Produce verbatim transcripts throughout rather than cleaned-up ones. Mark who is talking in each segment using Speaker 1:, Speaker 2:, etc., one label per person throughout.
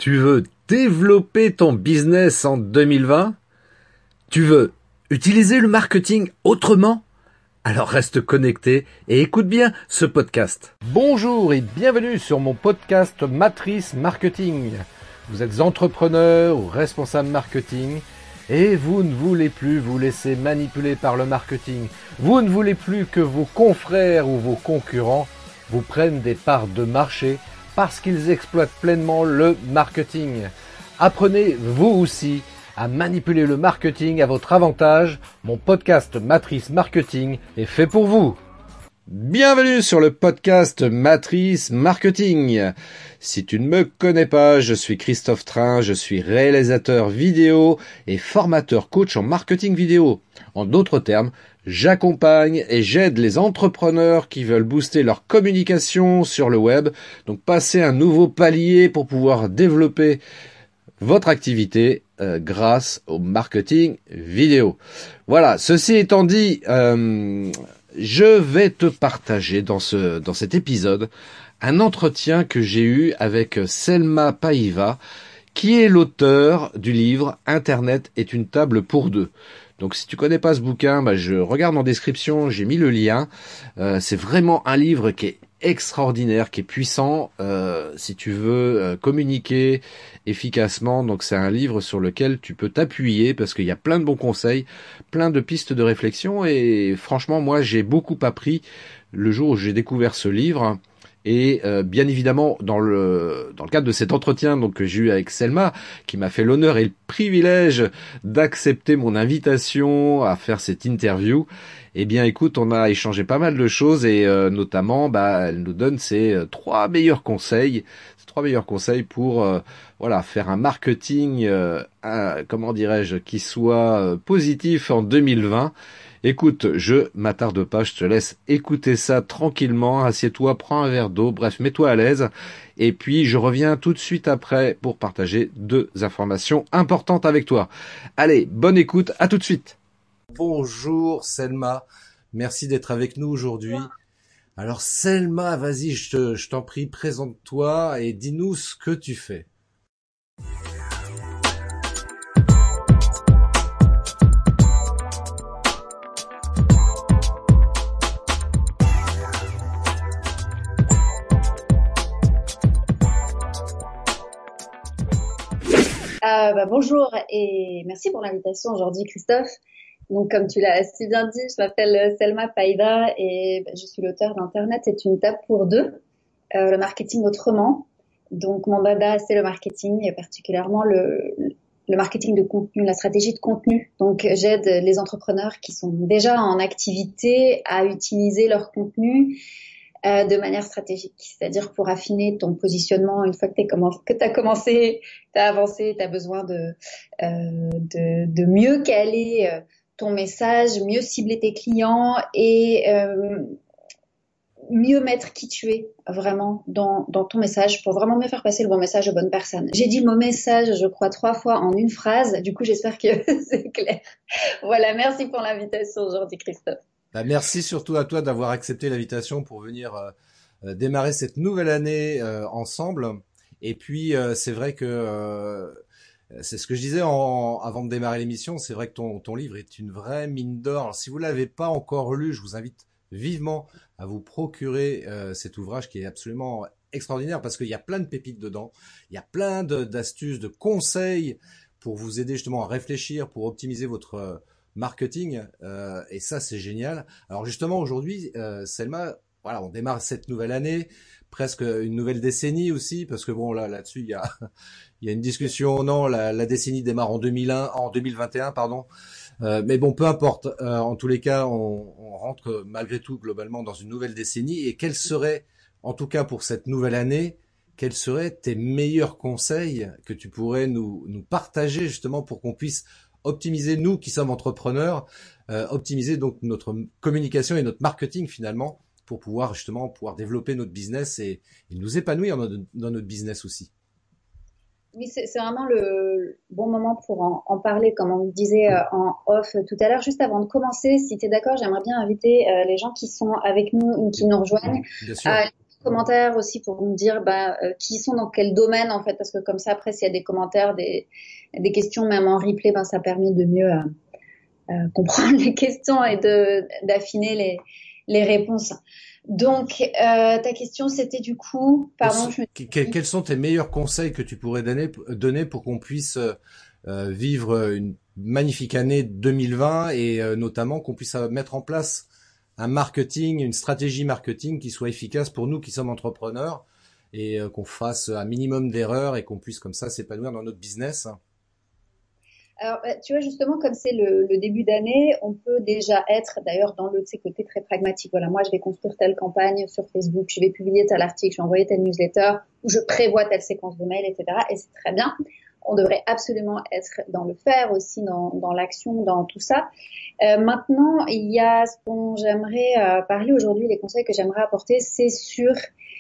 Speaker 1: Tu veux développer ton business en deux mille vingt? Tu veux utiliser le marketing autrement? Alors reste connecté et écoute bien ce podcast. Bonjour et bienvenue sur mon podcast Matrice Marketing. Vous êtes entrepreneur ou responsable marketing et vous ne voulez plus vous laisser manipuler par le marketing. Vous ne voulez plus que vos confrères ou vos concurrents vous prennent des parts de marché parce qu'ils exploitent pleinement le marketing. Apprenez vous aussi à manipuler le marketing à votre avantage. Mon podcast Matrice Marketing est fait pour vous. Bienvenue sur le podcast Matrice Marketing. Si tu ne me connais pas, je suis Christophe Train, je suis réalisateur vidéo et formateur coach en marketing vidéo. En d'autres termes, j'accompagne et j'aide les entrepreneurs qui veulent booster leur communication sur le web, donc passer un nouveau palier pour pouvoir développer votre activité euh, grâce au marketing vidéo. Voilà, ceci étant dit, euh, je vais te partager dans ce dans cet épisode un entretien que j'ai eu avec Selma Paiva, qui est l'auteur du livre Internet est une table pour deux. Donc si tu connais pas ce bouquin, bah, je regarde en description, j'ai mis le lien. Euh, c'est vraiment un livre qui est extraordinaire, qui est puissant, euh, si tu veux euh, communiquer efficacement. Donc c'est un livre sur lequel tu peux t'appuyer parce qu'il y a plein de bons conseils, plein de pistes de réflexion et franchement moi j'ai beaucoup appris le jour où j'ai découvert ce livre. Et euh, bien évidemment, dans le dans le cadre de cet entretien donc que j'ai eu avec Selma, qui m'a fait l'honneur et le privilège d'accepter mon invitation à faire cette interview, eh bien écoute, on a échangé pas mal de choses et euh, notamment, bah, elle nous donne ses euh, trois meilleurs conseils, ses trois meilleurs conseils pour euh, voilà faire un marketing, euh, un, comment dirais-je, qui soit euh, positif en deux mille vingt. Écoute, je m'attarde pas, je te laisse écouter ça tranquillement, assieds-toi, prends un verre d'eau, bref, mets-toi à l'aise. Et puis, je reviens tout de suite après pour partager deux informations importantes avec toi. Allez, bonne écoute, à tout de suite. Bonjour Selma, merci d'être avec nous aujourd'hui. Alors Selma, vas-y, je, te, je t'en prie, présente-toi et dis-nous ce que tu fais.
Speaker 2: Euh, bah, bonjour et merci pour l'invitation aujourd'hui Christophe. Donc comme tu l'as si bien dit, je m'appelle Selma Paiva et bah, je suis l'auteur d'Internet est une table pour deux, euh, le marketing autrement. Donc mon dada c'est le marketing et particulièrement le, le marketing de contenu, la stratégie de contenu. Donc j'aide les entrepreneurs qui sont déjà en activité à utiliser leur contenu Euh, de manière stratégique, c'est-à-dire pour affiner ton positionnement une fois que, que tu as commencé, tu as avancé, tu as besoin de, euh, de, de mieux caler euh, ton message, mieux cibler tes clients et euh, mieux mettre qui tu es vraiment dans, dans ton message pour vraiment mieux faire passer le bon message aux bonnes personnes. J'ai dit le mot message, je crois, trois fois en une phrase, du coup j'espère que c'est clair. Voilà, merci pour l'invitation aujourd'hui Christophe.
Speaker 1: Bah, merci surtout à toi d'avoir accepté l'invitation pour venir euh, euh, démarrer cette nouvelle année euh, ensemble. Et puis euh, c'est vrai que euh, c'est ce que je disais en, avant de démarrer l'émission, c'est vrai que ton, ton livre est une vraie mine d'or. Alors, si vous l'avez pas encore lu, je vous invite vivement à vous procurer euh, cet ouvrage qui est absolument extraordinaire parce qu'il y a plein de pépites dedans, il y a plein de, d'astuces, de conseils pour vous aider justement à réfléchir, pour optimiser votre euh, marketing, euh, et ça c'est génial. Alors justement aujourd'hui, euh, Selma, voilà, on démarre cette nouvelle année, presque une nouvelle décennie aussi, parce que bon là là-dessus il y a il y a une discussion. Non, la, la décennie démarre en deux mille un, en deux mille vingt et un, pardon. Euh, mais bon, peu importe. Euh, en tous les cas, on, on rentre malgré tout globalement dans une nouvelle décennie. Et quels seraient, en tout cas pour cette nouvelle année, quels seraient tes meilleurs conseils que tu pourrais nous nous partager justement pour qu'on puisse optimiser, nous qui sommes entrepreneurs, euh, optimiser donc notre communication et notre marketing finalement pour pouvoir justement pouvoir développer notre business et, et nous épanouir dans, dans notre business aussi.
Speaker 2: Oui, c'est, c'est vraiment le bon moment pour en, en parler, comme on me disait euh, en off tout à l'heure. Juste avant de commencer, si tu es d'accord, j'aimerais bien inviter euh, les gens qui sont avec nous, qui nous rejoignent,
Speaker 1: Bien sûr.
Speaker 2: à commentaires aussi pour nous dire bah, euh, qui sont dans quel domaine en fait, parce que comme ça après s'il y a des commentaires, des, des questions même en replay, ben ça permet de mieux euh, euh, comprendre les questions et de d'affiner les les réponses. Donc euh, ta question c'était du coup, pardon, je me...
Speaker 1: Quels, quels sont tes meilleurs conseils que tu pourrais donner donner pour qu'on puisse euh, vivre une magnifique année deux mille vingt et euh, notamment qu'on puisse mettre en place un marketing, une stratégie marketing qui soit efficace pour nous qui sommes entrepreneurs et euh, qu'on fasse un minimum d'erreurs et qu'on puisse comme ça s'épanouir dans notre business.
Speaker 2: Alors, tu vois, justement, comme c'est le, le début d'année, on peut déjà être, d'ailleurs, dans le, de ces côtés très pragmatiques. Voilà, moi, je vais construire telle campagne sur Facebook, je vais publier tel article, je vais envoyer telle newsletter, ou je prévois telle séquence de mails, et cetera. Et c'est très bien. On devrait absolument être dans le faire aussi, dans, dans l'action, dans tout ça. Euh, maintenant, il y a ce dont j'aimerais euh, parler aujourd'hui, les conseils que j'aimerais apporter, c'est sur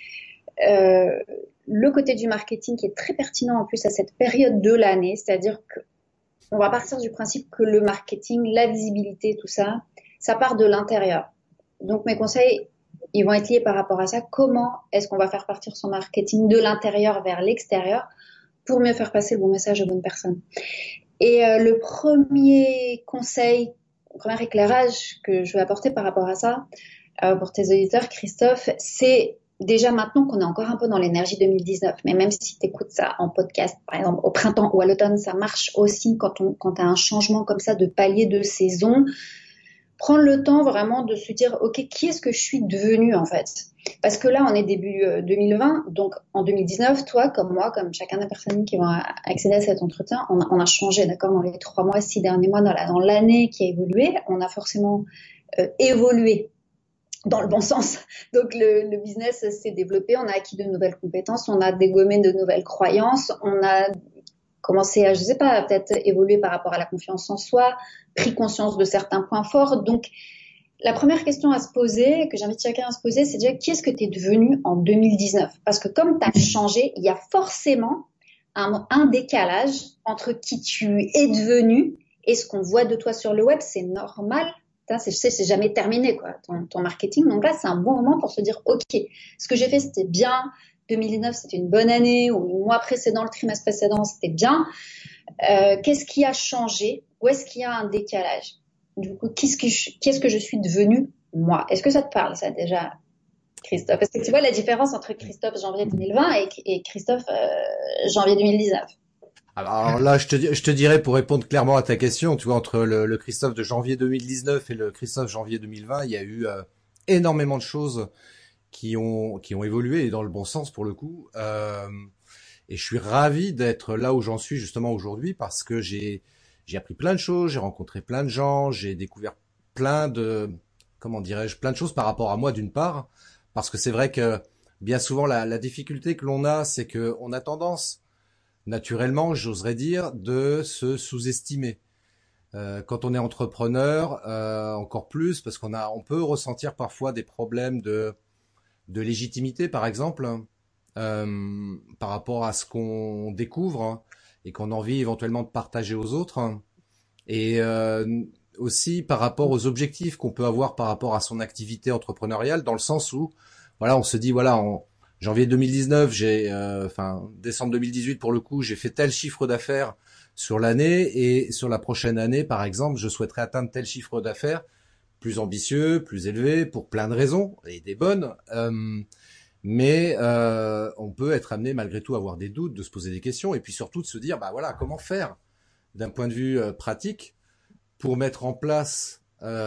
Speaker 2: euh, le côté du marketing qui est très pertinent en plus à cette période de l'année, c'est-à-dire que on va partir du principe que le marketing, la visibilité, tout ça, ça part de l'intérieur. Donc mes conseils, ils vont être liés par rapport à ça. Comment est-ce qu'on va faire partir son marketing de l'intérieur vers l'extérieur pour mieux faire passer le bon message aux bonnes personnes? Et euh, le premier conseil, le premier éclairage que je vais apporter par rapport à ça, euh, pour tes auditeurs, Christophe, c'est déjà maintenant qu'on est encore un peu dans l'énergie deux mille dix-neuf, mais même si tu écoutes ça en podcast, par exemple, au printemps ou à l'automne, ça marche aussi quand on, quand tu as un changement comme ça de palier de saison. Prendre le temps vraiment de se dire, OK, qui est-ce que je suis devenue en fait? Parce que là, on est début deux mille vingt, donc en deux mille dix-neuf, toi, comme moi, comme chacun des personnes qui vont accéder à cet entretien, on a, on a changé, d'accord, dans les trois mois, six derniers mois, dans, la, dans l'année qui a évolué, on a forcément euh, évolué dans le bon sens. Donc le, le business s'est développé, on a acquis de nouvelles compétences, on a dégommé de nouvelles croyances, on a commencé à, je sais pas, peut-être évoluer par rapport à la confiance en soi, pris conscience de certains points forts. Donc la première question à se poser, que j'invite chacun à se poser, c'est déjà qui est-ce que tu es devenu en deux mille dix-neuf? Parce que comme tu as changé, il y a forcément un, un décalage entre qui tu es devenu et ce qu'on voit de toi sur le web. C'est normal. C'est, je sais, c'est jamais terminé, quoi, ton, ton marketing. Donc là, c'est un bon moment pour se dire, OK, ce que j'ai fait, c'était bien. deux mille dix-neuf, c'était une bonne année. Ou le mois précédent, le trimestre précédent, c'était bien. Euh, qu'est-ce qui a changé? Où est-ce qu'il y a un décalage? Du coup, qu'est-ce que je, qu'est-ce que je suis devenue, moi? Est-ce que ça te parle, ça, déjà, Christophe? Parce que tu vois la différence entre Christophe janvier deux mille vingt et, et Christophe euh, janvier deux mille dix-neuf.
Speaker 1: Alors là, je te, je te dirais, pour répondre clairement à ta question, tu vois, entre le, le Christophe de janvier deux mille dix-neuf et le Christophe janvier deux mille vingt, il y a eu euh, énormément de choses qui ont qui ont évolué et dans le bon sens pour le coup. Euh, et je suis ravi d'être là où j'en suis justement aujourd'hui parce que j'ai j'ai appris plein de choses, j'ai rencontré plein de gens, j'ai découvert plein de comment dirais-je, plein de choses par rapport à moi d'une part, parce que c'est vrai que bien souvent la, la difficulté que l'on a, c'est que on a tendance naturellement, j'oserais dire, de se sous-estimer. Euh, quand on est entrepreneur, euh, encore plus, parce qu'on a, on peut ressentir parfois des problèmes de, de légitimité, par exemple, euh, par rapport à ce qu'on découvre hein, et qu'on a envie éventuellement de partager aux autres, et euh, aussi par rapport aux objectifs qu'on peut avoir par rapport à son activité entrepreneuriale, dans le sens où, voilà, on se dit, voilà, on janvier deux mille dix-neuf, j'ai, euh, enfin décembre deux mille dix-huit pour le coup, j'ai fait tel chiffre d'affaires sur l'année et sur la prochaine année, par exemple, je souhaiterais atteindre tel chiffre d'affaires plus ambitieux, plus élevé, pour plein de raisons et des bonnes. Euh, mais euh, on peut être amené malgré tout à avoir des doutes, de se poser des questions et puis surtout de se dire, bah voilà, comment faire d'un point de vue euh, pratique pour mettre en place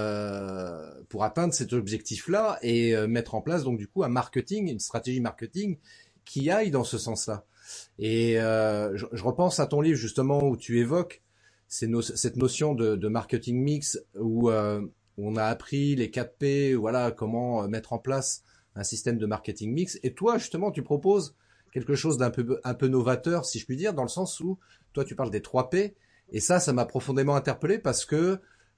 Speaker 1: Euh, pour atteindre cet objectif-là et euh, mettre en place donc du coup un marketing, une stratégie marketing qui aille dans ce sens-là. Et euh, je, je repense à ton livre justement où tu évoques ces no- cette notion de, de marketing mix où, euh, où on a appris les quatre P, voilà comment mettre en place un système de marketing mix. Et toi justement tu proposes quelque chose d'un peu un peu novateur si je puis dire, dans le sens où toi tu parles des trois P et ça ça m'a profondément interpellé parce que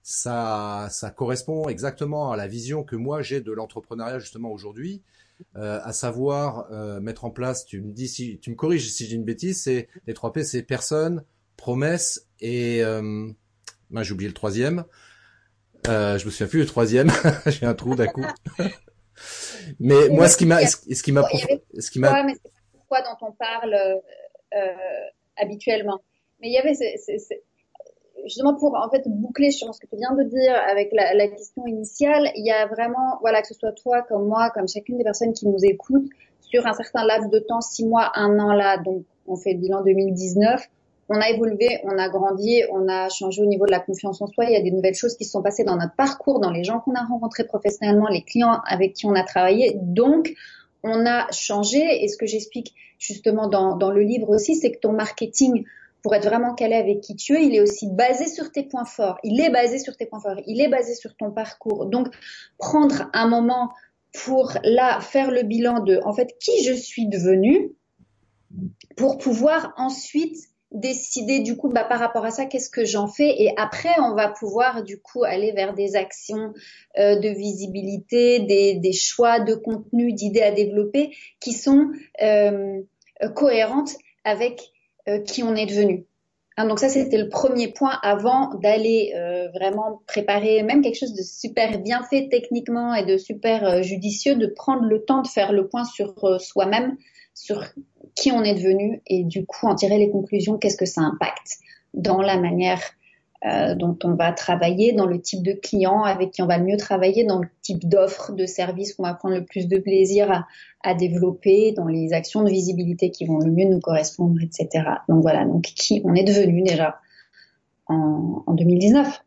Speaker 1: ça, ça correspond exactement à la vision que moi j'ai de l'entrepreneuriat justement aujourd'hui, euh, à savoir euh, mettre en place. Tu me dis si tu me corriges si j'ai une bêtise. C'est les trois P, c'est personne, promesse et euh, ben, j'ai oublié le troisième. Euh, je me souviens plus le troisième. J'ai un trou d'un coup. Mais moi,
Speaker 2: Ouais,
Speaker 1: ce qui m'a, ce qui m'a,
Speaker 2: il y
Speaker 1: prof-
Speaker 2: avait
Speaker 1: ce qui m'a,
Speaker 2: quoi, mais c'est pas quoi dont on parle euh, euh, habituellement. Mais il y avait ce- ce- ce- justement pour en fait boucler sur ce que tu viens de dire avec la, la question initiale, il y a vraiment, voilà, que ce soit toi comme moi, comme chacune des personnes qui nous écoutent, sur un certain laps de temps, six mois, un an là, donc on fait le bilan deux mille dix-neuf, on a évolué, on a grandi, on a changé au niveau de la confiance en soi, il y a des nouvelles choses qui se sont passées dans notre parcours, dans les gens qu'on a rencontrés professionnellement, les clients avec qui on a travaillé, donc on a changé, et ce que j'explique justement dans, dans le livre aussi, c'est que ton marketing, pour être vraiment calé avec qui tu es, il est aussi basé sur tes points forts. Il est basé sur tes points forts. Il est basé sur ton parcours. Donc, prendre un moment pour là faire le bilan de, en fait, qui je suis devenue, pour pouvoir ensuite décider du coup, bah, par rapport à ça, qu'est-ce que j'en fais. Et après, on va pouvoir du coup aller vers des actions euh, de visibilité, des, des choix de contenu, d'idées à développer qui sont euh, cohérentes avec euh, qui on est devenu. Hein, donc ça, c'était le premier point avant d'aller euh, vraiment préparer même quelque chose de super bien fait techniquement et de super euh, judicieux, de prendre le temps de faire le point sur euh, soi-même, sur qui on est devenu et du coup en tirer les conclusions, qu'est-ce que ça impacte dans la manière euh, dont on va travailler, dans le type de client avec qui on va le mieux travailler, dans le type d'offre, de service qu'on va prendre le plus de plaisir à, à développer, dans les actions de visibilité qui vont le mieux nous correspondre, et cetera. Donc voilà, donc qui on est devenu déjà en, en deux mille dix-neuf.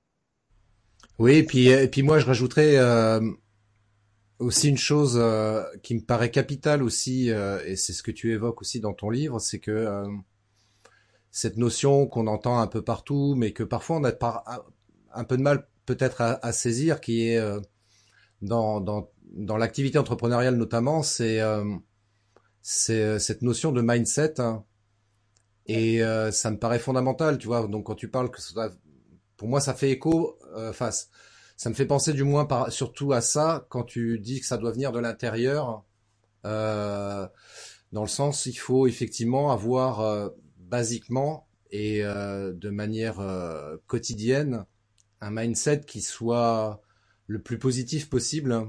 Speaker 1: oui, et puis, et puis moi, je rajouterais euh, aussi une chose euh, qui me paraît capitale aussi, euh, et c'est ce que tu évoques aussi dans ton livre, c'est que euh, cette notion qu'on entend un peu partout, mais que parfois on a par, un peu de mal peut-être à, à saisir, qui est euh, dans, dans, dans l'activité entrepreneuriale notamment, c'est euh, c'est euh, cette notion de mindset, hein. Et euh, ça me paraît fondamental, tu vois. Donc quand tu parles que ça, pour moi ça fait écho, euh, enfin ça me fait penser du moins par, surtout à ça quand tu dis que ça doit venir de l'intérieur, euh, dans le sens il faut effectivement avoir euh, basiquement et euh, de manière euh, quotidienne un mindset qui soit le plus positif possible.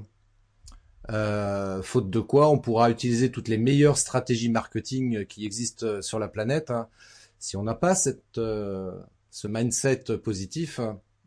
Speaker 1: Euh, faute de quoi, on pourra utiliser toutes les meilleures stratégies marketing qui existent sur la planète, hein. Si on n'a pas cette, euh, ce mindset positif,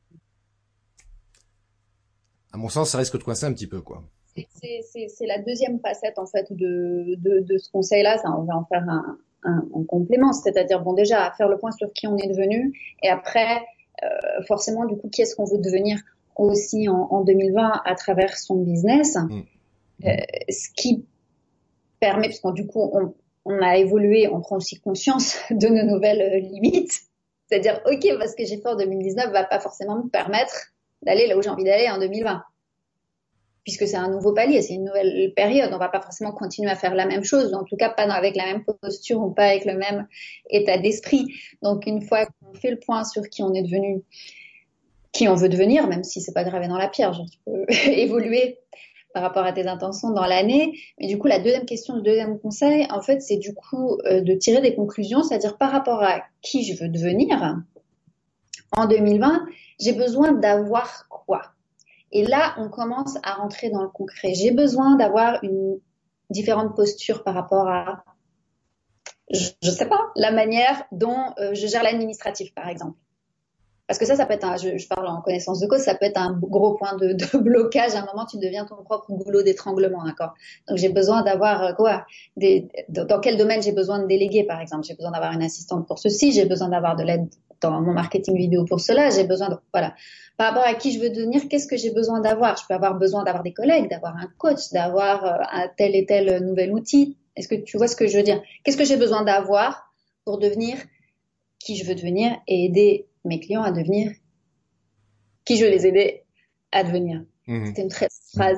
Speaker 1: à mon sens, ça risque de coincer un petit peu, quoi.
Speaker 2: C'est, c'est, c'est la deuxième facette en fait de, de, de ce conseil-là. Ça, on va en faire un, un, un complément, c'est-à-dire bon déjà faire le point sur qui on est devenu et après euh, forcément du coup qui est-ce qu'on veut devenir aussi en, en deux mille vingt à travers son business.
Speaker 1: Mm.
Speaker 2: Euh, ce qui permet, parce que du coup, on, on a évolué, on prend aussi conscience de nos nouvelles euh, limites. C'est-à-dire, OK, parce que j'ai fait en deux mille dix-neuf va pas forcément me permettre d'aller là où j'ai envie d'aller en deux mille vingt. Puisque c'est un nouveau palier, c'est une nouvelle période. On va pas forcément continuer à faire la même chose, en tout cas pas avec la même posture ou pas avec le même état d'esprit. Donc, une fois qu'on fait le point sur qui on est devenu, qui on veut devenir, même si c'est pas gravé dans la pierre, genre tu peux évoluer par rapport à tes intentions dans l'année. Mais du coup, la deuxième question, le deuxième conseil, en fait, c'est du coup euh, de tirer des conclusions, c'est-à-dire par rapport à qui je veux devenir en deux mille vingt, j'ai besoin d'avoir quoi? Et là, on commence à rentrer dans le concret. J'ai besoin d'avoir une différente posture par rapport à, je, je sais pas, la manière dont euh, je gère l'administratif, par exemple. Parce que ça, ça peut être un, je, je parle en connaissance de cause, ça peut être un gros point de, de blocage. À un moment, tu deviens ton propre goulot d'étranglement, d'accord? Donc, j'ai besoin d'avoir euh, quoi? Des, dans quel domaine j'ai besoin de déléguer, par exemple? J'ai besoin d'avoir une assistante pour ceci, j'ai besoin d'avoir de l'aide dans mon marketing vidéo pour cela, j'ai besoin de, voilà. Par rapport à qui je veux devenir, qu'est-ce que j'ai besoin d'avoir? Je peux avoir besoin d'avoir des collègues, d'avoir un coach, d'avoir euh, un tel et tel nouvel outil. Est-ce que tu vois ce que je veux dire? Qu'est-ce que j'ai besoin d'avoir pour devenir qui je veux devenir et aider mes clients à devenir qui je veux les aider à devenir. Mmh. C'était une très phrase.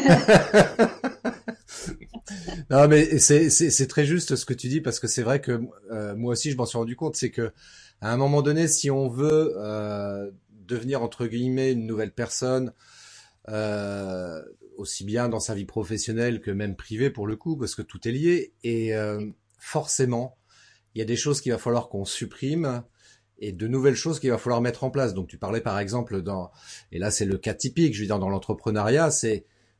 Speaker 1: Non, mais c'est, c'est, c'est très juste ce que tu dis parce que c'est vrai que euh, moi aussi je m'en suis rendu compte, c'est que à un moment donné, si on veut euh, devenir entre guillemets une nouvelle personne, euh, aussi bien dans sa vie professionnelle que même privée pour le coup, parce que tout est lié, et euh, forcément, il y a des choses qu'il va falloir qu'on supprime et de nouvelles choses qu'il va falloir mettre en place. Donc tu parlais par exemple dans, et là c'est le cas typique, je veux dire dans l'entrepreneuriat, c'est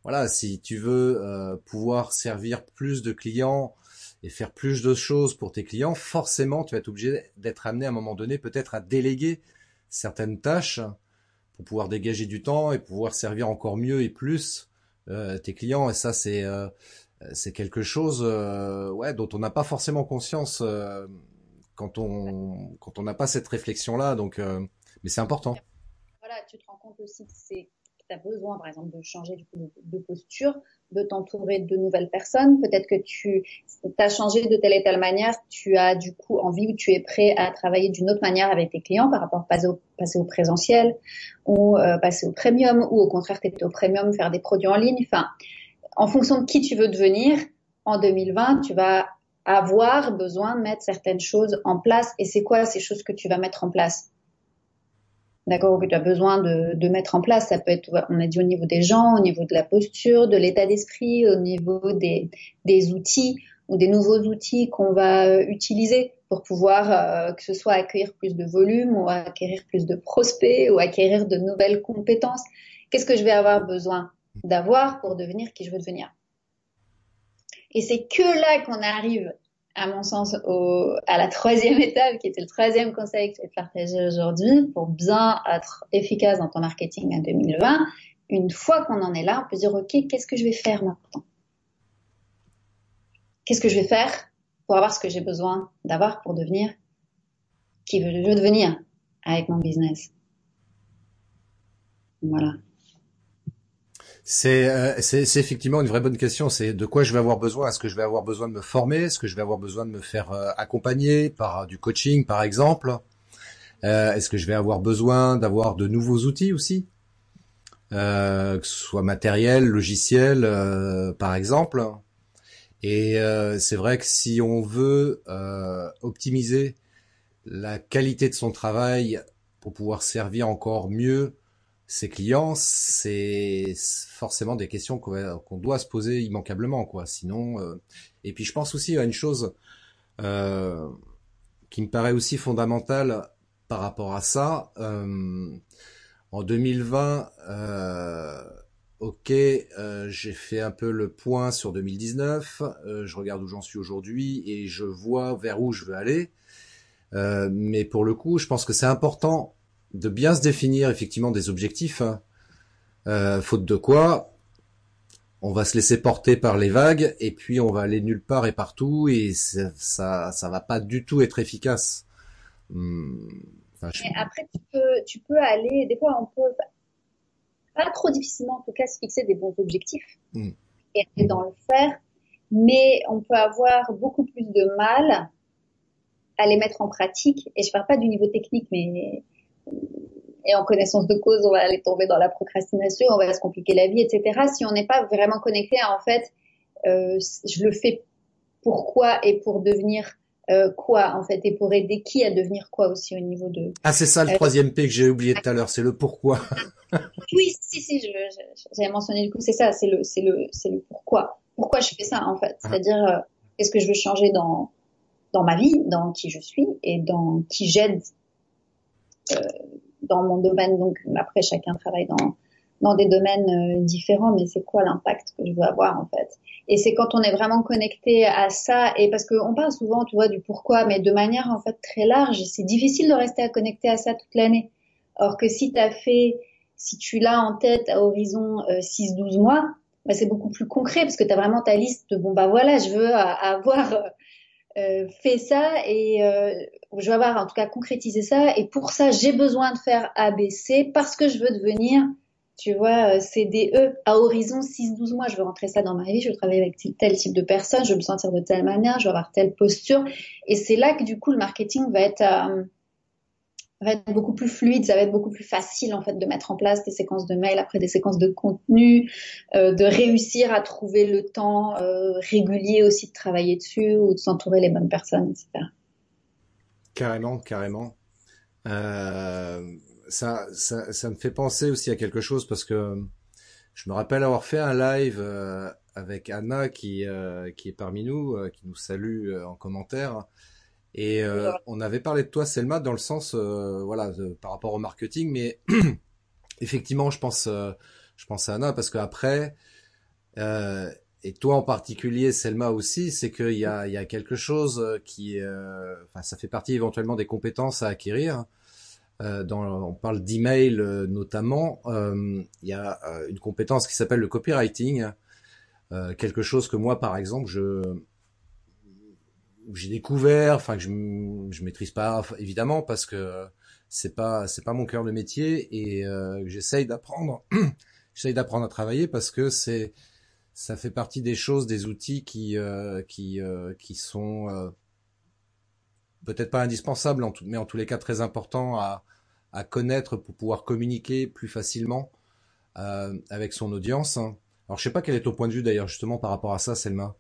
Speaker 1: voilà, si tu veux euh, pouvoir servir plus de clients et faire plus de choses pour tes clients, forcément, tu vas être obligé d'être amené à un moment donné peut-être à déléguer certaines tâches pour pouvoir dégager du temps et pouvoir servir encore mieux et plus euh, tes clients. Et ça, c'est euh, c'est quelque chose euh, ouais, dont on n'a pas forcément conscience euh, quand on quand on n'a pas cette réflexion-là. Donc, euh, mais c'est important.
Speaker 2: Voilà, tu te rends compte aussi que c'est tu as besoin, par exemple, de changer du coup, de, de posture, de t'entourer de nouvelles personnes. Peut-être que tu as changé de telle et telle manière, tu as du coup envie ou tu es prêt à travailler d'une autre manière avec tes clients par rapport à passer au, passer au présentiel ou euh, passer au premium ou au contraire, tu es au premium, faire des produits en ligne. Enfin, en fonction de qui tu veux devenir, en deux mille vingt, tu vas avoir besoin de mettre certaines choses en place. Et c'est quoi ces choses que tu vas mettre en place? D'accord, que tu as besoin de, de mettre en place. Ça peut être, on a dit au niveau des gens, au niveau de la posture, de l'état d'esprit, au niveau des, des outils ou des nouveaux outils qu'on va utiliser pour pouvoir, euh, que ce soit accueillir plus de volume ou acquérir plus de prospects ou acquérir de nouvelles compétences. Qu'est-ce que je vais avoir besoin d'avoir pour devenir qui je veux devenir? Et c'est que là qu'on arrive, à mon sens, au, à la troisième étape, qui était le troisième conseil que je vais te partager aujourd'hui, pour bien être efficace dans ton marketing en deux mille vingt. Une fois qu'on en est là, on peut dire, OK, qu'est-ce que je vais faire maintenant? Qu'est-ce que je vais faire pour avoir ce que j'ai besoin d'avoir pour devenir qui je veux devenir avec mon business? Voilà.
Speaker 1: C'est, euh, c'est, c'est effectivement une vraie bonne question. C'est de quoi je vais avoir besoin. Est-ce que je vais avoir besoin de me former? Est-ce que je vais avoir besoin de me faire euh, accompagner par du coaching, par exemple? Euh, est-ce que je vais avoir besoin d'avoir de nouveaux outils aussi, euh, que ce soit matériel, logiciel, euh, par exemple? Et euh, c'est vrai que si on veut euh, optimiser la qualité de son travail pour pouvoir servir encore mieux ses clients, c'est forcément des questions qu'on, qu'on doit se poser immanquablement, quoi. Sinon, euh... et puis je pense aussi à une chose euh, qui me paraît aussi fondamentale par rapport à ça. Euh, en deux mille vingt, euh, ok, euh, j'ai fait un peu le point sur deux mille dix-neuf. Euh, je regarde où j'en suis aujourd'hui et je vois vers où je veux aller. Euh, mais pour le coup, je pense que c'est important de bien se définir effectivement des objectifs, hein. Euh, faute de quoi, on va se laisser porter par les vagues et puis on va aller nulle part et partout et ça, ça, ça va pas du tout être efficace. Hum, enfin, je...
Speaker 2: Mais après, tu peux, tu peux aller, des fois, on peut, pas trop difficilement en tout cas, se fixer des bons objectifs
Speaker 1: hum.
Speaker 2: et aller dans le faire, mais on peut avoir beaucoup plus de mal à les mettre en pratique. Et je parle pas du niveau technique, mais et en connaissance de cause, on va aller tomber dans la procrastination, on va se compliquer la vie, et cetera. Si on n'est pas vraiment connecté à, en fait, euh, je le fais pourquoi et pour devenir euh, quoi, en fait, et pour aider qui à devenir quoi aussi au niveau de...
Speaker 1: Ah, c'est ça le
Speaker 2: Euh,
Speaker 1: troisième P que j'ai oublié tout à l'heure, c'est le pourquoi.
Speaker 2: oui, si, si, je, je, j'avais mentionné du coup, c'est ça, c'est le, c'est le, c'est le pourquoi. Pourquoi je fais ça, en fait. C'est-à-dire, euh, qu'est-ce que je veux changer dans, dans ma vie, dans qui je suis et dans qui j'aide euh, dans mon domaine. Donc après, chacun travaille dans dans des domaines euh, différents, mais c'est quoi l'impact que je veux avoir en fait? Et c'est quand on est vraiment connecté à ça, et parce qu'on parle souvent, tu vois, du pourquoi, mais de manière en fait très large. C'est difficile de rester à connecter à ça toute l'année. Or que si t'as fait, si tu l'as en tête à horizon euh, six douze mois, bah, c'est beaucoup plus concret parce que tu as vraiment ta liste de bon bah voilà, je veux avoir euh, fait ça et euh, je veux avoir en tout cas concrétisé ça et pour ça j'ai besoin de faire A B C parce que je veux devenir, tu vois, euh, C D E à horizon six douze mois. Je veux rentrer ça dans ma vie, je veux travailler avec tel type de personne, je veux me sentir de telle manière, je veux avoir telle posture et c'est là que du coup le marketing va être euh, va être beaucoup plus fluide, ça va être beaucoup plus facile en fait de mettre en place des séquences de mails après des séquences de contenu, euh, de réussir à trouver le temps euh, régulier aussi de travailler dessus ou de s'entourer les bonnes personnes, et cetera.
Speaker 1: Carrément, carrément. Euh, ça, ça, ça me fait penser aussi à quelque chose parce que je me rappelle avoir fait un live euh, avec Anna qui, euh, qui est parmi nous, euh, qui nous salue euh, en commentaire. Et euh, on avait parlé de toi, Selma, dans le sens, euh, voilà, de, par rapport au marketing, mais effectivement, je pense, euh, je pense à Anna parce qu'après, Euh, et toi en particulier, Selma aussi, c'est qu'il y a, il y a quelque chose qui, euh, enfin, ça fait partie éventuellement des compétences à acquérir. Euh, dans, on parle d'email euh, notamment. Euh, il y a euh, une compétence qui s'appelle le copywriting, euh, quelque chose que moi, par exemple, je j'ai découvert, enfin que je, je maîtrise pas évidemment parce que c'est pas c'est pas mon cœur de métier et euh, j'essaye d'apprendre, j'essaye d'apprendre à travailler parce que c'est ça fait partie des choses, des outils qui euh, qui euh, qui sont euh, peut-être pas indispensables, en tout, mais en tous les cas très importants à à connaître pour pouvoir communiquer plus facilement euh, avec son audience. Alors je sais pas quel est ton point de vue d'ailleurs justement par rapport à ça, Selma.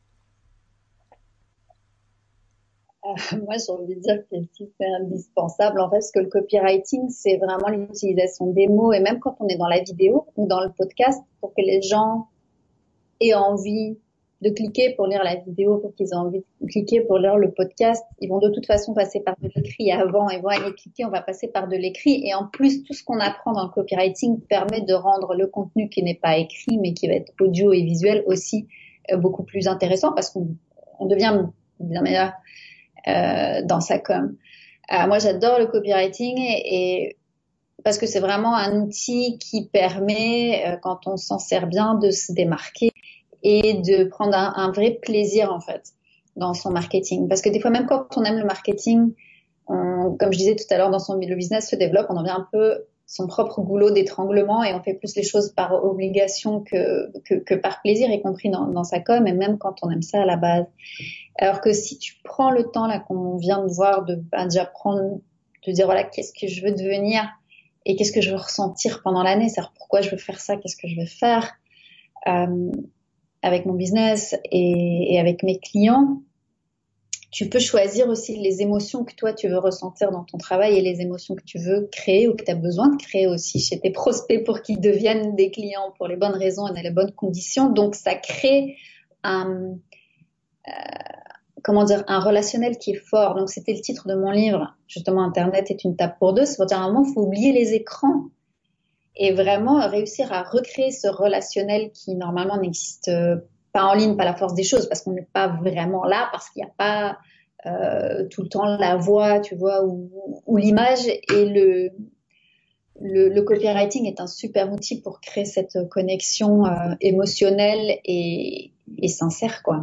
Speaker 2: Euh, moi, j'ai envie de dire que c'est indispensable, en fait, parce que le copywriting, c'est vraiment l'utilisation des mots, et même quand on est dans la vidéo ou dans le podcast, pour que les gens aient envie de cliquer pour lire la vidéo, pour qu'ils aient envie de cliquer pour lire le podcast, ils vont de toute façon passer par de l'écrit avant, ils vont aller cliquer, on va passer par de l'écrit, et en plus, tout ce qu'on apprend dans le copywriting permet de rendre le contenu qui n'est pas écrit, mais qui va être audio et visuel aussi euh, beaucoup plus intéressant, parce qu'on on devient bien meilleur euh, dans sa com. Euh, moi, j'adore le copywriting et, et parce que c'est vraiment un outil qui permet, euh, quand on s'en sert bien, de se démarquer et de prendre un, un vrai plaisir en fait dans son marketing. Parce que des fois, même quand on aime le marketing, on, comme je disais tout à l'heure, dans son le business se développe, on en devient un peu son propre goulot d'étranglement et on fait plus les choses par obligation que, que, que par plaisir, y compris dans, dans sa com, et même quand on aime ça à la base. Alors que si tu prends le temps là qu'on vient de voir, de bah, déjà prendre, de dire voilà qu'est-ce que je veux devenir et qu'est-ce que je veux ressentir pendant l'année, c'est-à-dire pourquoi je veux faire ça, qu'est-ce que je veux faire euh, avec mon business et, et avec mes clients. Tu peux choisir aussi les émotions que toi tu veux ressentir dans ton travail et les émotions que tu veux créer ou que tu as besoin de créer aussi chez tes prospects pour qu'ils deviennent des clients pour les bonnes raisons et dans les bonnes conditions. Donc ça crée un euh, comment dire, un relationnel qui est fort. Donc, c'était le titre de mon livre, justement, Internet est une tape pour deux. C'est pour dire, à un moment, il faut oublier les écrans et vraiment réussir à recréer ce relationnel qui, normalement, n'existe pas en ligne, pas la force des choses, parce qu'on n'est pas vraiment là, parce qu'il n'y a pas euh, tout le temps la voix, tu vois, ou, ou l'image. Et le, le, le copywriting est un super outil pour créer cette connexion euh, émotionnelle et, et sincère, quoi.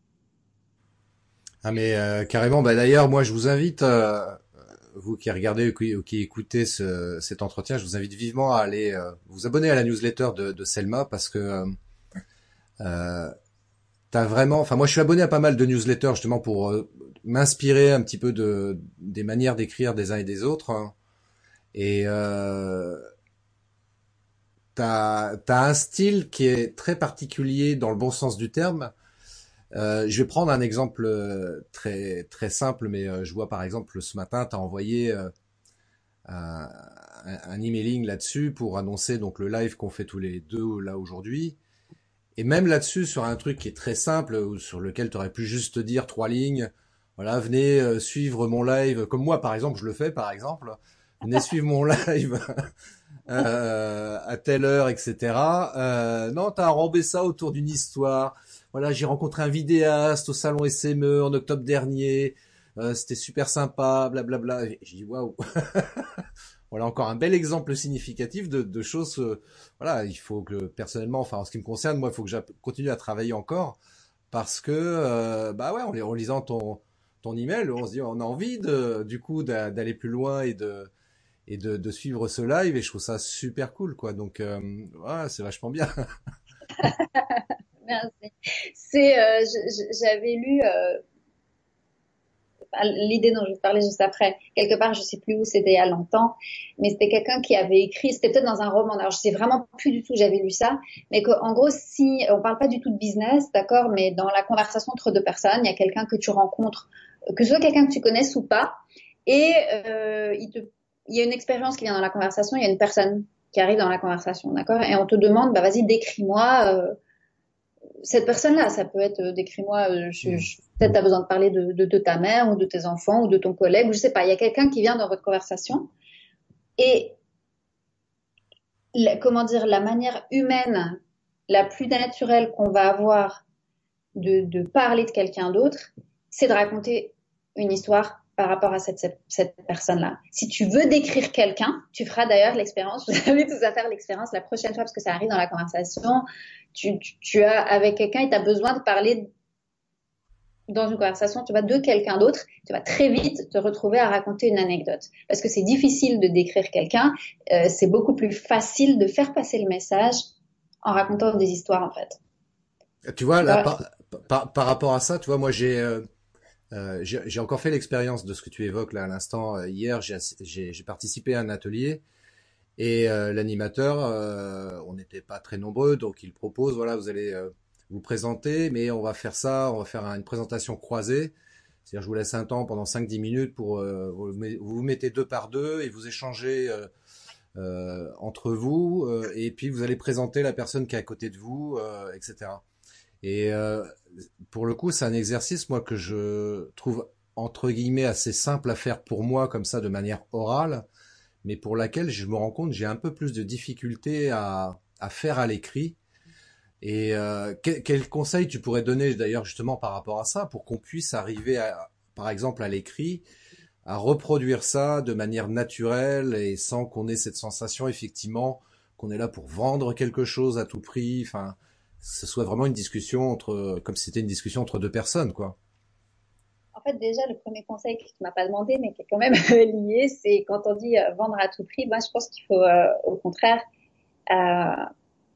Speaker 1: Ah mais euh, carrément. Bah d'ailleurs, moi je vous invite, euh, vous qui regardez ou qui, ou qui écoutez ce, cet entretien, je vous invite vivement à aller euh, vous abonner à la newsletter de, de Selma parce que euh, euh, t'as vraiment. Enfin, moi je suis abonné à pas mal de newsletters justement pour euh, m'inspirer un petit peu de des manières d'écrire des uns et des autres. Hein. Et euh, t'as t'as un style qui est très particulier dans le bon sens du terme. Euh, je vais prendre un exemple euh, très très simple, mais euh, je vois par exemple ce matin, tu as envoyé euh, un, un emailing là-dessus pour annoncer donc le live qu'on fait tous les deux là aujourd'hui. Et même là-dessus, sur un truc qui est très simple, ou sur lequel tu aurais pu juste dire trois lignes, voilà, venez euh, suivre mon live, comme moi par exemple, je le fais par exemple, venez suivre mon live euh, à telle heure, et cetera. Euh, non, t'as enrobé ça autour d'une histoire. Voilà, j'ai rencontré un vidéaste au salon S M E en octobre dernier. Euh, c'était super sympa, blablabla. J'ai dit waouh. Voilà encore un bel exemple significatif de, de choses. Euh, voilà, il faut que personnellement, enfin en ce qui me concerne, moi, il faut que je continue à travailler encore parce que euh, bah ouais, en, en lisant ton ton email, on se dit on a envie de du coup d'aller plus loin et de et de, de suivre ce live et je trouve ça super cool quoi. Donc euh, ouais, c'est vachement bien.
Speaker 2: Merci. C'est, euh, j'avais lu euh, l'idée dont je vais te parler juste après. Quelque part, je sais plus où, c'était il y a longtemps, mais c'était quelqu'un qui avait écrit, c'était peut-être dans un roman. Alors, je sais vraiment plus du tout, j'avais lu ça, mais qu'en gros, si on parle pas du tout de business, d'accord, mais dans la conversation entre deux personnes, il y a quelqu'un que tu rencontres, que ce soit quelqu'un que tu connaisses ou pas, et euh, il te, il y a une expérience qui vient dans la conversation, il y a une personne qui arrive dans la conversation, d'accord, et on te demande, bah vas-y, décris-moi. Euh, cette personne-là, ça peut être, euh, décris-moi, euh, je,
Speaker 1: Mm.
Speaker 2: je, peut-être t'as besoin de parler de, de, de ta mère ou de tes enfants ou de ton collègue, ou je sais pas, il y a quelqu'un qui vient dans votre conversation et la, comment dire, la manière humaine la plus naturelle qu'on va avoir de, de parler de quelqu'un d'autre, c'est de raconter une histoire par rapport à cette, cette, cette personne-là. Si tu veux décrire quelqu'un, tu feras d'ailleurs l'expérience, je vous invite tous à faire l'expérience la prochaine fois parce que ça arrive dans la conversation, tu, tu, tu as avec quelqu'un et tu as besoin de parler dans une conversation, tu vas de quelqu'un d'autre, tu vas très vite te retrouver à raconter une anecdote. Parce que c'est difficile de décrire quelqu'un, euh, c'est beaucoup plus facile de faire passer le message en racontant des histoires, en fait.
Speaker 1: Tu vois,
Speaker 2: Tu
Speaker 1: là,
Speaker 2: vois,
Speaker 1: par, par, par rapport à ça, tu vois, moi, j'ai, euh, euh, j'ai, j'ai encore fait l'expérience de ce que tu évoques là à l'instant. Euh, Hier, j'ai, j'ai, j'ai participé à un atelier et euh, l'animateur, euh, on n'était pas très nombreux, donc il propose, voilà, vous allez euh, vous présenter, mais on va faire ça, on va faire une présentation croisée. C'est-à-dire, je vous laisse un temps pendant cinq dix minutes pour euh, vous, vous vous mettez deux par deux et vous échangez euh, euh, entre vous, euh, et puis vous allez présenter la personne qui est à côté de vous, euh, et cetera. Et euh, pour le coup, c'est un exercice, moi, que je trouve entre guillemets assez simple à faire pour moi, comme ça, de manière orale, mais pour laquelle je me rends compte j'ai un peu plus de difficulté à, à faire à l'écrit. Et euh, quel, quel conseil tu pourrais donner d'ailleurs justement par rapport à ça, pour qu'on puisse arriver, à, par exemple, à l'écrit, à reproduire ça de manière naturelle et sans qu'on ait cette sensation effectivement qu'on est là pour vendre quelque chose à tout prix, enfin, que ce soit vraiment une discussion entre, comme si c'était une discussion entre deux personnes, quoi.
Speaker 2: en fait, déjà, le premier conseil que tu m'as pas demandé, mais qui est quand même lié, c'est quand on dit euh, vendre à tout prix, moi, je pense qu'il faut, euh, au contraire, euh,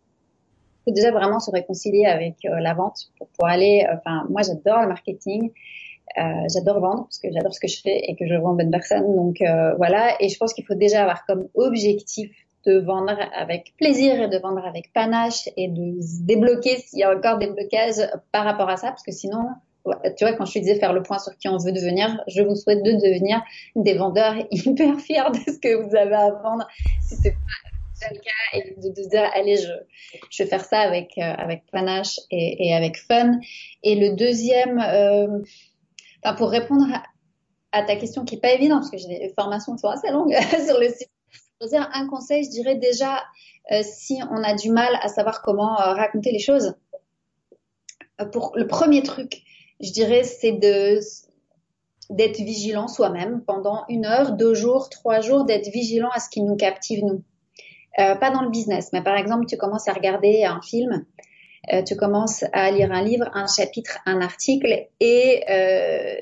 Speaker 2: faut déjà vraiment se réconcilier avec euh, la vente pour pouvoir aller, euh, enfin, moi, j'adore le marketing. Euh, j'adore vendre parce que j'adore ce que je fais et que je vends bonne personne. Donc euh, voilà, et je pense qu'il faut déjà avoir comme objectif de vendre avec plaisir et de vendre avec panache et de se débloquer s'il y a encore des blocages par rapport à ça, parce que sinon, tu vois, quand je te disais faire le point sur qui on veut devenir, je vous souhaite de devenir des vendeurs hyper fiers de ce que vous avez à vendre, si c'est pas le cas, et de, de dire allez, je, je vais faire ça avec euh, avec panache et, et avec fun. Et le deuxième euh, Enfin, pour répondre à, à ta question qui est pas évidente, parce que j'ai des formations qui sont assez longues sur le site, je veux dire, un conseil, je dirais déjà, euh, si on a du mal à savoir comment euh, raconter les choses, euh, pour le premier truc, je dirais, c'est de d'être vigilant soi-même pendant une heure, deux jours, trois jours, d'être vigilant à ce qui nous captive nous. Euh, pas dans le business, mais par exemple, tu commences à regarder un film, euh, tu commences à lire un livre, un chapitre, un article, et euh,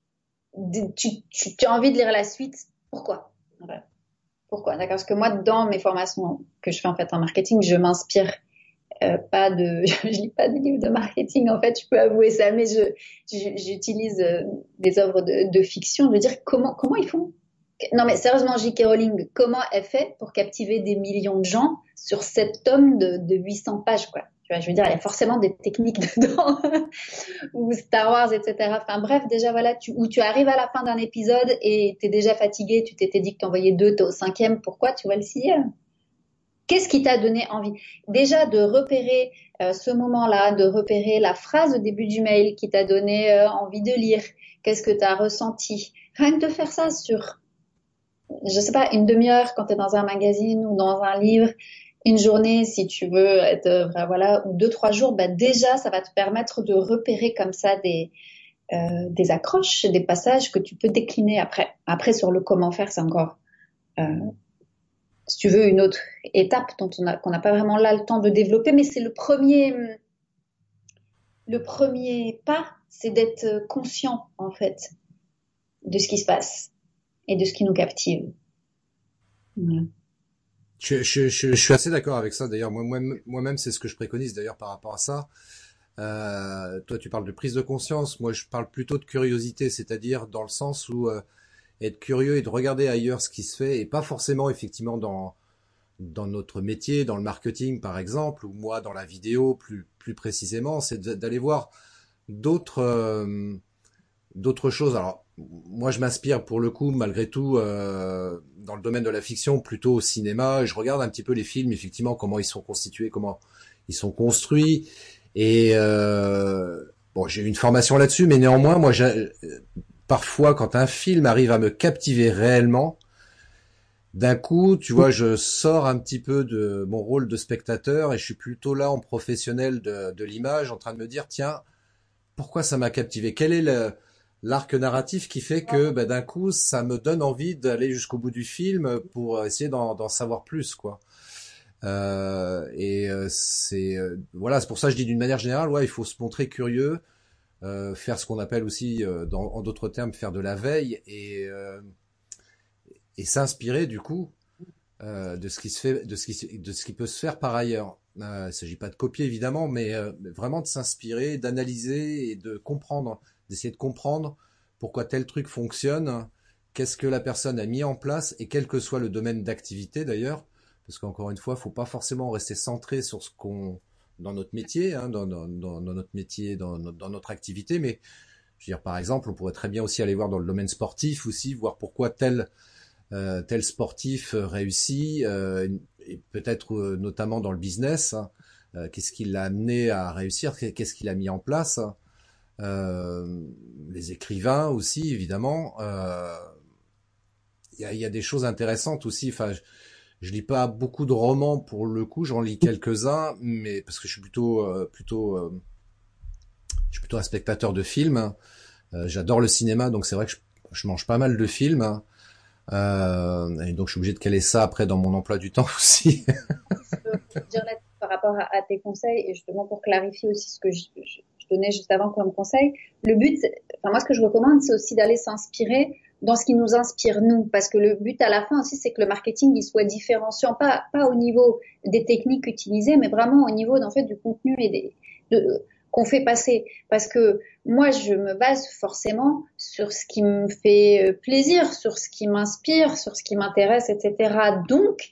Speaker 2: tu, tu, tu as envie de lire la suite. Pourquoi? Voilà. Pourquoi? D'accord. Parce que moi, dans mes formations que je fais en fait en marketing, je m'inspire euh, pas de, je lis pas des livres de marketing. En fait, je peux avouer ça, mais je, je j'utilise euh, des œuvres de, de fiction. Je veux dire, comment, comment ils font? Non, mais sérieusement, J K. Rowling, comment elle fait pour captiver des millions de gens sur sept tomes de, de huit cents pages, quoi? Tu vois, je veux dire, il y a forcément des techniques dedans. Ou Star Wars, et cetera. Enfin bref, déjà voilà, tu, où tu arrives à la fin d'un épisode et t'es déjà fatigué, tu t'étais dit que t'envoyais deux, t'es au cinquième, pourquoi tu vois le sixième? Qu'est-ce qui t'a donné envie? Déjà de repérer euh, ce moment-là, de repérer la phrase au début du mail qui t'a donné euh, envie de lire. Qu'est-ce que t'as ressenti? Rien que de faire ça sur, je sais pas, une demi-heure quand t'es dans un magazine ou dans un livre, une journée si tu veux être euh, voilà, ou deux trois jours, bah déjà ça va te permettre de repérer comme ça des euh, des accroches, des passages que tu peux décliner après. Après sur le comment faire, c'est encore euh, si tu veux une autre étape dont on a qu'on n'a pas vraiment là le temps de développer, mais c'est le premier le premier pas, c'est d'être conscient en fait de ce qui se passe et de ce qui nous captive. Voilà.
Speaker 1: Je, je, je, je suis assez d'accord avec ça. D'ailleurs, moi, moi-même, moi-même, c'est ce que je préconise d'ailleurs par rapport à ça. Euh, toi, tu parles de prise de conscience. Moi, je parle plutôt de curiosité, c'est-à-dire dans le sens où euh, être curieux et de regarder ailleurs ce qui se fait, et pas forcément effectivement dans dans notre métier, dans le marketing par exemple, ou moi dans la vidéo plus plus précisément, c'est d'aller voir d'autres euh, d'autres choses. Alors, moi, je m'inspire pour le coup, malgré tout, euh, dans le domaine de la fiction, plutôt au cinéma. Je regarde un petit peu les films, effectivement, comment ils sont constitués, comment ils sont construits. Et euh, bon, j'ai eu une formation là-dessus, mais néanmoins, moi, j'ai, parfois, quand un film arrive à me captiver réellement, d'un coup, tu vois, je sors un petit peu de mon rôle de spectateur et je suis plutôt là en professionnel de, de l'image, en train de me dire, tiens, pourquoi ça m'a captivé? Quel est le, l'arc narratif qui fait que bah, d'un coup, ça me donne envie d'aller jusqu'au bout du film pour essayer d'en, d'en savoir plus, quoi. Euh, et euh, c'est euh, voilà, c'est pour ça que je dis d'une manière générale, ouais, il faut se montrer curieux, euh, faire ce qu'on appelle aussi, euh, dans, en d'autres termes, faire de la veille et euh, et s'inspirer du coup euh, de ce qui se fait, de ce qui de ce qui peut se faire par ailleurs. Euh, il s'agit pas de copier évidemment, mais euh, vraiment de s'inspirer, d'analyser et de comprendre, d'essayer de comprendre pourquoi tel truc fonctionne, qu'est-ce que la personne a mis en place et quel que soit le domaine d'activité d'ailleurs, parce qu'encore une fois, faut pas forcément rester centré sur ce qu'on dans notre métier, hein, dans, dans, dans, dans notre métier, dans, notre- dans notre activité, mais je veux dire par exemple, on pourrait très bien aussi aller voir dans le domaine sportif aussi, voir pourquoi tel euh, tel sportif réussit, euh, et peut-être euh, notamment dans le business, hein, euh, qu'est-ce qui l'a amené à réussir, qu'est-ce qu'il a mis en place, euh, les écrivains aussi évidemment, euh, il y a, y a des choses intéressantes aussi. Enfin, je, je lis pas beaucoup de romans pour le coup, j'en lis quelques-uns, mais parce que je suis plutôt euh, plutôt euh, je suis plutôt un spectateur de films. Hein. Euh, j'adore le cinéma, donc c'est vrai que je, je mange pas mal de films. Hein. Euh, et donc je suis obligé de caler ça après dans mon emploi du temps aussi.
Speaker 2: Je peux dire là par rapport à, à tes conseils et justement pour clarifier aussi ce que je, je, je donnais juste avant comme conseil, le but, enfin moi ce que je recommande, c'est aussi d'aller s'inspirer dans ce qui nous inspire nous, parce que le but à la fin aussi, c'est que le marketing il soit différenciant, pas pas au niveau des techniques utilisées, mais vraiment au niveau d'en fait du contenu et des de, qu'on fait passer, parce que moi je me base forcément sur ce qui me fait plaisir, sur ce qui m'inspire, sur ce qui m'intéresse, et cetera. Donc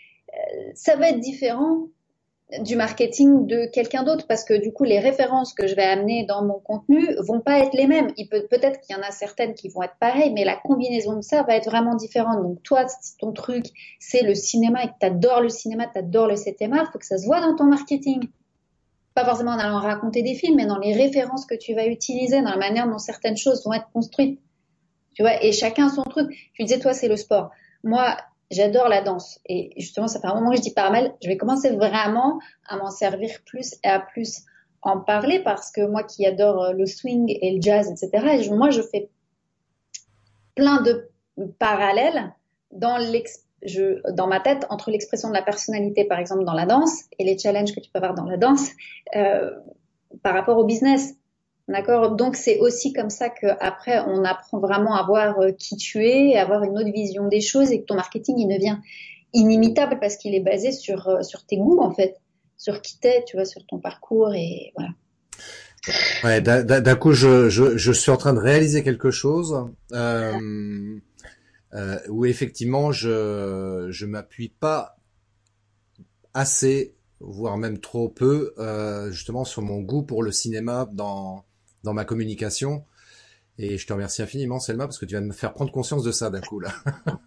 Speaker 2: ça va être différent du marketing de quelqu'un d'autre parce que du coup les références que je vais amener dans mon contenu vont pas être les mêmes. Il peut peut-être qu'il y en a certaines qui vont être pareilles, mais la combinaison de ça va être vraiment différente. Donc toi, si ton truc c'est le cinéma et que t'adores le cinéma, t'adores le cinéma, il faut que ça se voit dans ton marketing. Pas forcément en allant raconter des films, mais dans les références que tu vas utiliser, dans la manière dont certaines choses vont être construites. Tu vois, et chacun son truc. Tu disais, toi, c'est le sport. Moi, j'adore la danse. Et justement, ça fait un moment que je dis pas mal. Je vais commencer vraiment à m'en servir plus et à plus en parler parce que moi qui adore le swing et le jazz, et cetera, et je, moi, je fais plein de parallèles dans l'ex, je, dans ma tête entre l'expression de la personnalité, par exemple, dans la danse et les challenges que tu peux avoir dans la danse, euh, par rapport au business. D'accord. Donc c'est aussi comme ça que après on apprend vraiment à voir qui tu es, à avoir une autre vision des choses et que ton marketing il devient inimitable parce qu'il est basé sur sur tes goûts en fait, sur qui t'es, tu vois, sur ton parcours et voilà.
Speaker 1: Ouais, d'un d'un coup, je, je, je suis en train de réaliser quelque chose euh, euh, où effectivement, je je m'appuie pas assez, voire même trop peu, euh, justement sur mon goût pour le cinéma dans dans ma communication. Et je te remercie infiniment, Selma, parce que tu viens de me faire prendre conscience de ça d'un coup là.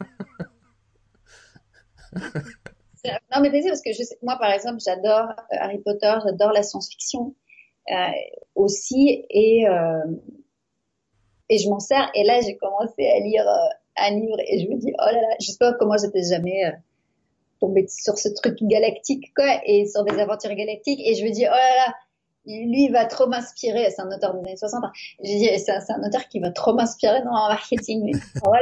Speaker 2: Non mais t'es parce que je sais, moi par exemple j'adore euh, Harry Potter, j'adore la science-fiction euh, aussi et euh, et je m'en sers et là j'ai commencé à lire euh, un livre et je me dis oh là là, je sais pas comment j'étais jamais euh, tomber sur ce truc galactique, quoi, et sur des aventures galactiques. Et je me dis, oh là là, lui, il va trop m'inspirer. C'est un auteur des années soixante. Hein. Je dis, c'est un, c'est un auteur qui va trop m'inspirer dans le marketing. Lui. Voilà.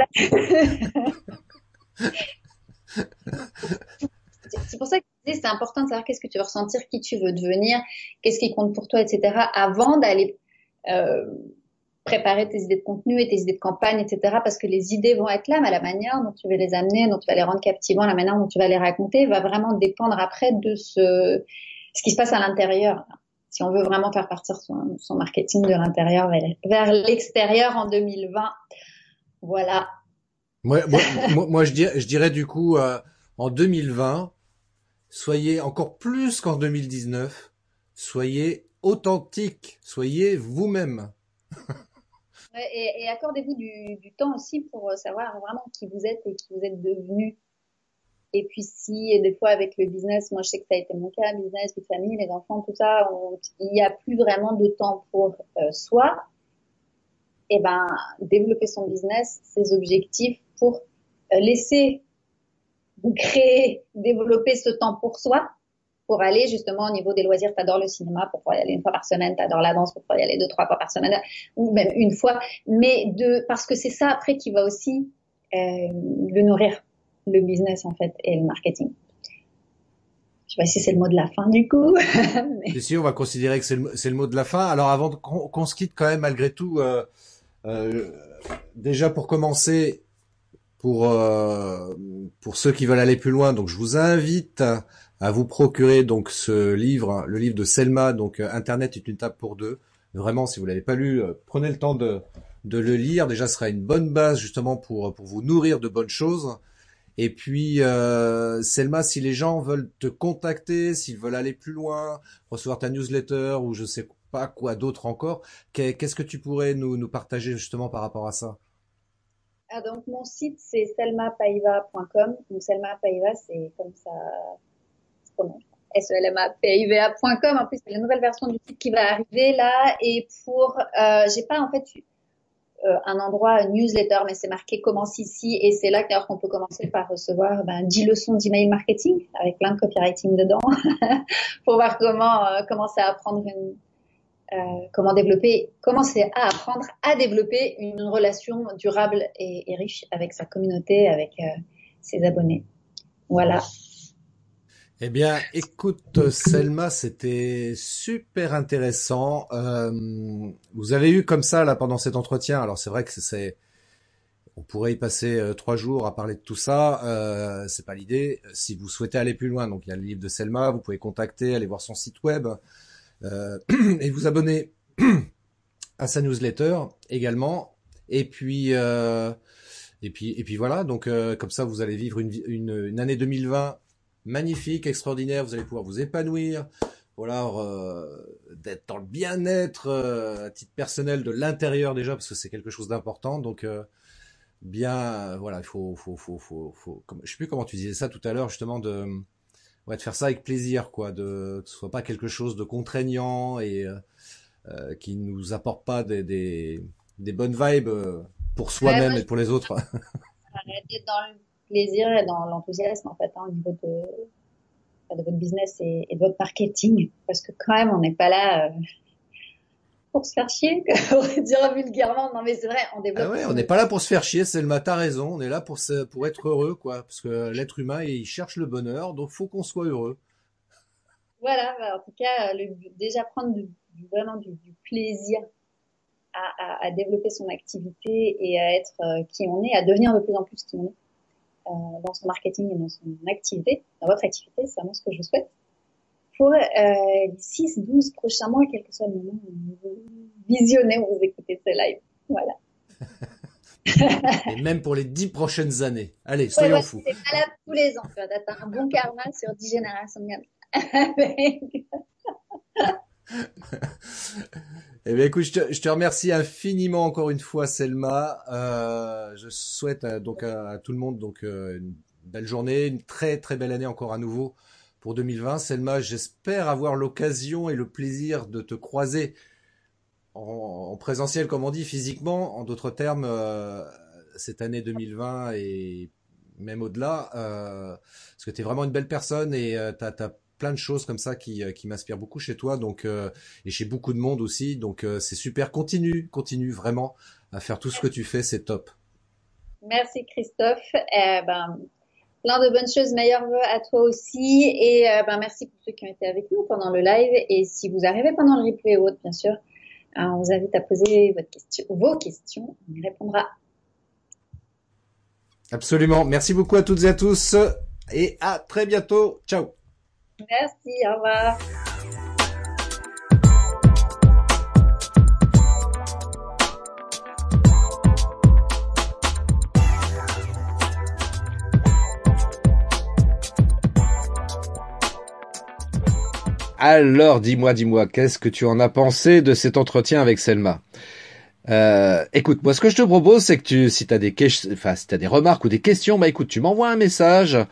Speaker 2: C'est pour ça que c'est important de savoir qu'est-ce que tu veux ressentir, qui tu veux devenir, qu'est-ce qui compte pour toi, et cetera. Avant d'aller euh, préparer tes idées de contenu et tes idées de campagne, et cetera. Parce que les idées vont être là, mais la manière dont tu vas les amener, dont tu vas les rendre captivants, la manière dont tu vas les raconter va vraiment dépendre après de ce, ce qui se passe à l'intérieur. Si on veut vraiment faire partir son, son marketing de l'intérieur vers, vers l'extérieur en deux mille vingt, voilà.
Speaker 1: Moi, moi, moi, moi, je dirais, je dirais du coup, euh, en deux mille vingt, soyez encore plus qu'en deux mille dix-neuf, soyez authentique, soyez vous-même.
Speaker 2: Et, et accordez-vous du, du temps aussi pour savoir vraiment qui vous êtes et qui vous êtes devenu. Et puis si, et des fois avec le business, moi je sais que ça a été mon cas, business, vie de famille, les enfants, tout ça, on, il n'y a plus vraiment de temps pour euh, soi. Et ben, développer son business, ses objectifs pour euh, laisser créer, développer ce temps pour soi, pour aller justement au niveau des loisirs. T'adores le cinéma, pour pouvoir y aller une fois par semaine, t'adores la danse, pour pouvoir y aller deux, trois fois par semaine, ou même une fois. Mais de, parce que c'est ça après qui va aussi euh, le nourrir, le business en fait et le marketing. Je sais pas si c'est le mot de la fin du coup.
Speaker 1: Mais... C'est sûr, on va considérer que c'est le, c'est le mot de la fin. Alors avant qu'on, qu'on se quitte quand même malgré tout, euh, euh, déjà pour commencer, pour euh, pour ceux qui veulent aller plus loin, donc je vous invite à, à vous procurer donc ce livre, le livre de Selma, donc euh, Internet est une table pour deux. Vraiment, si vous l'avez pas lu, euh, prenez le temps de de le lire. Déjà, ce sera une bonne base justement pour pour vous nourrir de bonnes choses. Et puis, euh, Selma, si les gens veulent te contacter, s'ils veulent aller plus loin, recevoir ta newsletter ou je sais pas quoi d'autre encore, qu'est-ce que tu pourrais nous nous partager justement par rapport à ça?
Speaker 2: Ah, donc mon site c'est selma paiva point com. Donc Selma Paiva c'est comme ça se prononce. S E L M A P I V A point com. En plus c'est la nouvelle version du site qui va arriver là. Et pour euh, j'ai pas en fait euh, un endroit newsletter, mais c'est marqué commence ici et c'est là d'ailleurs qu'on peut commencer par recevoir ben, dix leçons d'email marketing avec plein de copywriting dedans pour voir comment euh, commencer à apprendre une Euh, comment développer, commencer à apprendre à développer une relation durable et, et riche avec sa communauté, avec euh, ses abonnés. Voilà.
Speaker 1: Eh bien, écoute, Selma, c'était super intéressant. Euh, vous avez eu comme ça là pendant cet entretien. Alors c'est vrai que c'est, on pourrait y passer euh, trois jours à parler de tout ça. Euh, c'est pas l'idée. Si vous souhaitez aller plus loin, donc il y a le livre de Selma. Vous pouvez contacter, aller voir son site web. Euh, et vous abonner à sa newsletter également. Et puis, euh, et puis, et puis voilà. Donc, euh, comme ça, vous allez vivre une, une, une année deux mille vingt magnifique, extraordinaire. Vous allez pouvoir vous épanouir. Voilà, euh, d'être dans le bien-être euh, à titre personnel de l'intérieur déjà, parce que c'est quelque chose d'important. Donc, euh, bien, euh, voilà, il faut, faut, faut, faut, faut. Comme, je sais plus comment tu disais ça tout à l'heure, justement de. Ouais, de faire ça avec plaisir, quoi, de que ce soit pas quelque chose de contraignant et euh, qui nous apporte pas des, des, des bonnes vibes pour soi-même ouais, et pour les autres.
Speaker 2: D'être dans le plaisir et dans l'enthousiasme, en fait, hein, au niveau de, de votre business et, et de votre marketing, parce que quand même, on n'est pas là euh, pour se faire chier, on pourrait dire vulgairement. Non, mais c'est vrai, on développe.
Speaker 1: Ah ouais, on n'est pas là pour se faire chier, Selma, t'as raison. On est là pour se, pour être heureux, quoi, parce que l'être humain, il cherche le bonheur, donc faut qu'on soit heureux.
Speaker 2: Voilà, bah, en tout cas, le, déjà prendre du, du, vraiment du, du plaisir à, à, à développer son activité et à être euh, qui on est, à devenir de plus en plus qui on est euh, dans son marketing et dans son activité, dans votre activité, c'est vraiment ce que je souhaite. Pour euh, les six douze prochains mois, quel que soit le moment où vous visionnez ou vous écoutez ce live. Voilà.
Speaker 1: Et même pour les dix prochaines années. Allez, soyons ouais, ouais, fous.
Speaker 2: C'est valable tous les ans. Tu vas t'atteindre un bon karma sur dix générations de gamins.
Speaker 1: Eh bien, écoute, je te, je te remercie infiniment encore une fois, Selma. Euh, je souhaite euh, donc à, à tout le monde donc euh, une belle journée, une très très belle année encore à nouveau pour deux mille vingt. Selma, j'espère avoir l'occasion et le plaisir de te croiser en, en présentiel, comme on dit, physiquement. En d'autres termes, euh, cette année deux mille vingt et même au-delà, euh, parce que tu es vraiment une belle personne et euh, t'as, t'as plein de choses comme ça qui, qui m'inspirent beaucoup chez toi, donc euh, et chez beaucoup de monde aussi. Donc euh, c'est super. Continue, continue vraiment à faire tout ce que tu fais, c'est top.
Speaker 2: Merci Christophe. Eh ben, plein de bonnes choses, meilleurs vœux à toi aussi. Et euh, ben merci pour ceux qui ont été avec nous pendant le live. Et si vous arrivez pendant le replay ou autre, bien sûr, on vous invite à poser votre question, vos questions. On y répondra.
Speaker 1: Absolument. Merci beaucoup à toutes et à tous. Et à très bientôt. Ciao.
Speaker 2: Merci, au revoir.
Speaker 1: Alors, dis-moi, dis-moi, qu'est-ce que tu en as pensé de cet entretien avec Selma ? Euh, écoute, moi, ce que je te propose, c'est que tu, si t'as des questions, enfin, si t'as des remarques ou des questions, bah, écoute, tu m'envoies un message.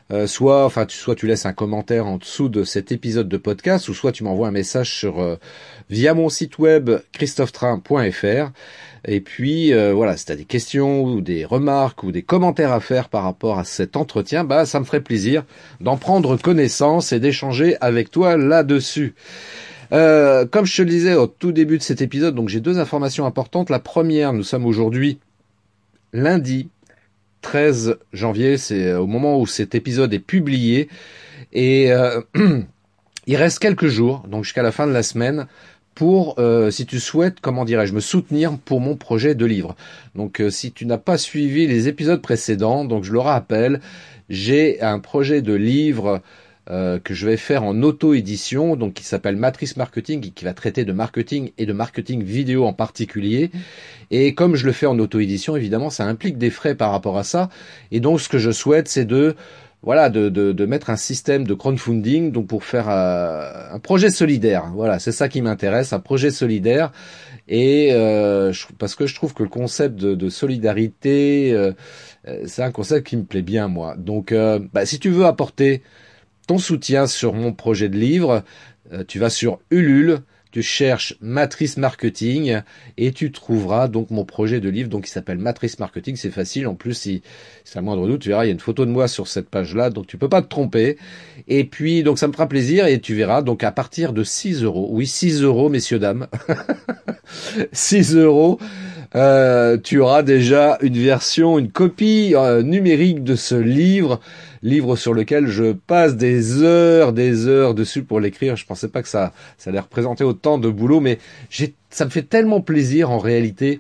Speaker 1: Euh, soit, enfin, tu, soit tu laisses un commentaire en dessous de cet épisode de podcast, ou soit tu m'envoies un message sur euh, via mon site web christophe train point f r. Et puis euh, voilà, si tu as des questions ou des remarques ou des commentaires à faire par rapport à cet entretien, bah ça me ferait plaisir d'en prendre connaissance et d'échanger avec toi là-dessus. Euh, comme je te le disais au tout début de cet épisode, donc j'ai deux informations importantes. La première, nous sommes aujourd'hui lundi treize janvier, c'est au moment où cet épisode est publié, et euh, il reste quelques jours, donc jusqu'à la fin de la semaine, pour, euh, si tu souhaites, comment dirais-je, me soutenir pour mon projet de livre. Donc euh, si tu n'as pas suivi les épisodes précédents, donc je le rappelle, j'ai un projet de livre euh, que je vais faire en auto-édition, donc qui s'appelle Matrice Marketing, et qui va traiter de marketing et de marketing vidéo en particulier. Et comme je le fais en auto-édition, évidemment, ça implique des frais par rapport à ça. Et donc, ce que je souhaite, c'est de, voilà, de, de, de mettre un système de crowdfunding, donc pour faire euh, un projet solidaire. Voilà, c'est ça qui m'intéresse, un projet solidaire. Et euh, je, parce que je trouve que le concept de, de solidarité, euh, c'est un concept qui me plaît bien, moi. Donc, euh, bah, si tu veux apporter ton soutien sur mon projet de livre, euh, tu vas sur Ulule. Tu cherches Matrice Marketing et tu trouveras donc mon projet de livre, donc qui s'appelle Matrice Marketing. C'est facile. En plus, si c'est à moindre doute, tu verras, il y a une photo de moi sur cette page-là, donc tu peux pas te tromper. Et puis, donc ça me fera plaisir et tu verras, donc à partir de six euros, oui, six euros, messieurs, dames, six euros, euh, tu auras déjà une version, une copie euh, numérique de ce livre. Livre sur lequel je passe des heures, des heures dessus pour l'écrire. Je pensais pas que ça, ça allait représenter autant de boulot, mais j'ai, ça me fait tellement plaisir en réalité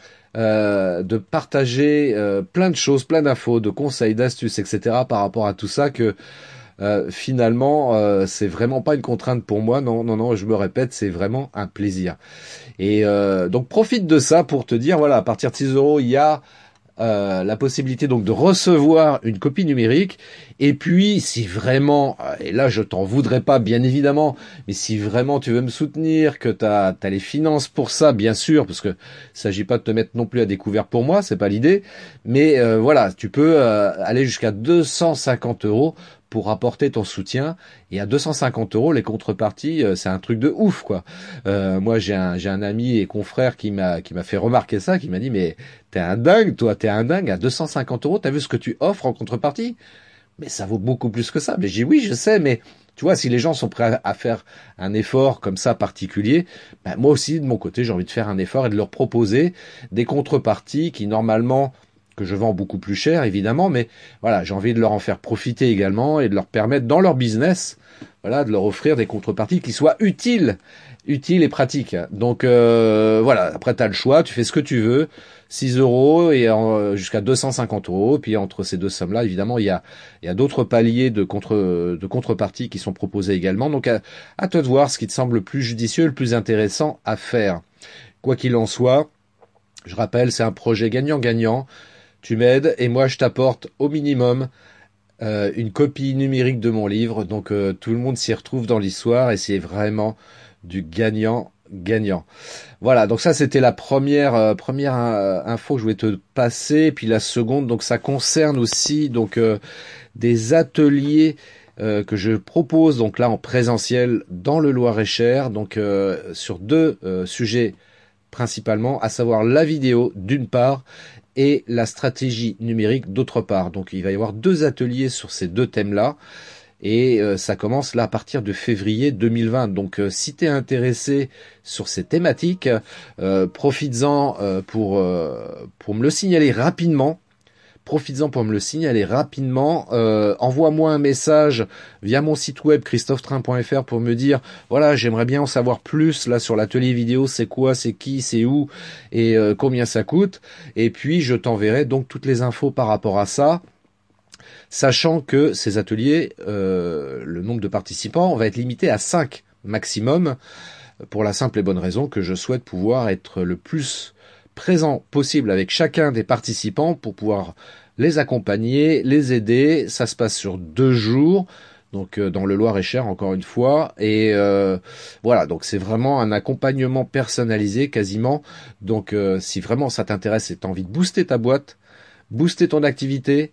Speaker 1: euh, de partager euh, plein de choses, plein d'infos, de conseils, d'astuces, et cetera par rapport à tout ça que euh, finalement euh, c'est vraiment pas une contrainte pour moi. Non, non, non, je me répète, c'est vraiment un plaisir. Et euh, donc profite de ça pour te dire, voilà, à partir de six euros, il y a Euh, la possibilité donc de recevoir une copie numérique. Et puis si vraiment, et là je t'en voudrais pas bien évidemment, mais si vraiment tu veux me soutenir, que tu as les finances pour ça, bien sûr, parce que il s'agit pas de te mettre non plus à découvert pour moi, c'est pas l'idée, mais euh, voilà, tu peux euh, aller jusqu'à deux cent cinquante euros pour apporter ton soutien. Et à deux cent cinquante euros, les contreparties, euh, c'est un truc de ouf, quoi. Euh, moi, j'ai un, j'ai un ami et confrère qui m'a, qui m'a fait remarquer ça, qui m'a dit, mais t'es un dingue, toi, t'es un dingue, à deux cent cinquante euros, t'as vu ce que tu offres en contrepartie? Mais ça vaut beaucoup plus que ça. Mais j'ai dit, oui, je sais, mais tu vois, si les gens sont prêts à, à faire un effort comme ça particulier, ben, moi aussi, de mon côté, j'ai envie de faire un effort et de leur proposer des contreparties qui, normalement, que je vends beaucoup plus cher, évidemment, mais voilà, j'ai envie de leur en faire profiter également et de leur permettre, dans leur business, voilà, de leur offrir des contreparties qui soient utiles, utiles et pratiques. Donc, euh, voilà, après, tu as le choix, tu fais ce que tu veux, six euros et euh, jusqu'à deux cent cinquante euros. Puis, entre ces deux sommes-là, évidemment, il y a, il y a d'autres paliers de, contre, de contreparties qui sont proposés également. Donc, à, à toi de voir ce qui te semble le plus judicieux, le plus intéressant à faire. Quoi qu'il en soit, je rappelle, c'est un projet gagnant-gagnant. Tu m'aides et moi je t'apporte au minimum euh, une copie numérique de mon livre. Donc euh, tout le monde s'y retrouve dans l'histoire et c'est vraiment du gagnant-gagnant. Voilà, donc ça c'était la première euh, première euh, info que je voulais te passer. Et puis la seconde, donc ça concerne aussi donc euh, des ateliers euh, que je propose donc là en présentiel dans le Loir-et-Cher. Donc euh, sur deux euh, sujets principalement, à savoir la vidéo d'une part et la stratégie numérique d'autre part. Donc il va y avoir deux ateliers sur ces deux thèmes-là et euh, ça commence là à partir de février deux mille vingt. Donc euh, si tu es intéressé sur ces thématiques, euh, profites-en euh, pour, euh, pour me le signaler rapidement. Profites-en pour me le signaler rapidement. Euh, envoie-moi un message via mon site web christophe train point f r pour me dire voilà, j'aimerais bien en savoir plus là sur l'atelier vidéo, c'est quoi, c'est qui, c'est où et euh, combien ça coûte. Et puis je t'enverrai donc toutes les infos par rapport à ça, sachant que ces ateliers, euh, le nombre de participants va être limité à cinq maximum, pour la simple et bonne raison que je souhaite pouvoir être le plus présent possible avec chacun des participants pour pouvoir les accompagner, les aider. Ça se passe sur deux jours, donc euh, dans le Loir-et-Cher encore une fois. Et euh, voilà, donc c'est vraiment un accompagnement personnalisé quasiment. Donc euh, si vraiment ça t'intéresse et t'as envie de booster ta boîte, booster ton activité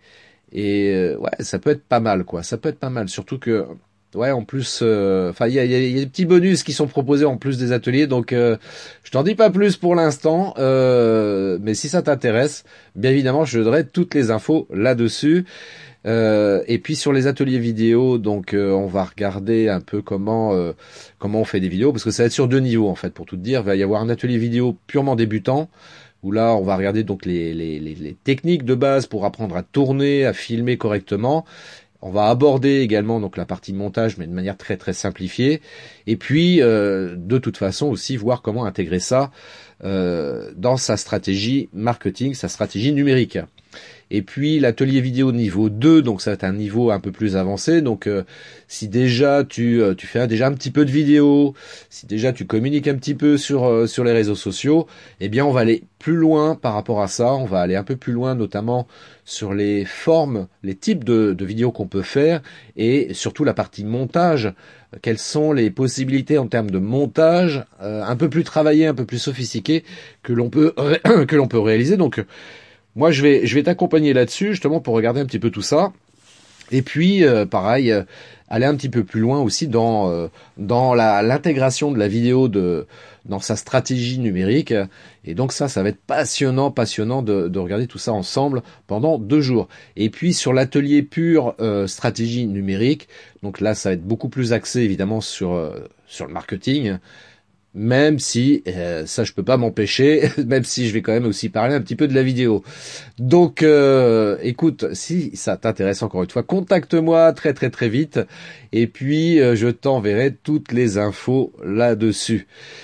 Speaker 1: Et euh, ouais, ça peut être pas mal, quoi. Ça peut être pas mal, surtout que ouais, en plus, enfin, il y a, y, a, y a des petits bonus qui sont proposés en plus des ateliers, donc euh, je t'en dis pas plus pour l'instant, euh, mais si ça t'intéresse, bien évidemment, je donnerai toutes les infos là-dessus. Euh, et puis sur les ateliers vidéo, donc euh, on va regarder un peu comment euh, comment on fait des vidéos, parce que ça va être sur deux niveaux en fait, pour tout te dire. Il va y avoir un atelier vidéo purement débutant, où là on va regarder donc les, les, les, les techniques de base pour apprendre à tourner, à filmer correctement. On va aborder également donc la partie montage, mais de manière très très simplifiée. Et puis euh, de toute façon aussi voir comment intégrer ça euh, dans sa stratégie marketing, sa stratégie numérique. Et puis l'atelier vidéo niveau deux, donc ça va être un niveau un peu plus avancé. Donc euh, si déjà tu euh, tu fais déjà un petit peu de vidéo, si déjà tu communiques un petit peu sur euh, sur les réseaux sociaux, eh bien on va aller plus loin par rapport à ça. On va aller un peu plus loin, notamment sur les formes, les types de, de vidéos qu'on peut faire, et surtout la partie montage. Quelles sont les possibilités en termes de montage euh, un peu plus travaillé, un peu plus sophistiqué que l'on peut ré- que l'on peut réaliser. Donc moi, je vais, je vais t'accompagner là-dessus, justement, pour regarder un petit peu tout ça. Et puis, euh, pareil, euh, aller un petit peu plus loin aussi dans euh, dans la l'intégration de la vidéo de dans sa stratégie numérique. Et donc ça, ça va être passionnant, passionnant de, de regarder tout ça ensemble pendant deux jours. Et puis sur l'atelier pur euh, stratégie numérique, donc là, ça va être beaucoup plus axé évidemment sur euh, sur le marketing. Même si, euh, ça je peux pas m'empêcher, même si je vais quand même aussi parler un petit peu de la vidéo. Donc euh, écoute, si ça t'intéresse encore une fois, contacte-moi très très très vite, et puis euh, je t'enverrai toutes les infos là-dessus.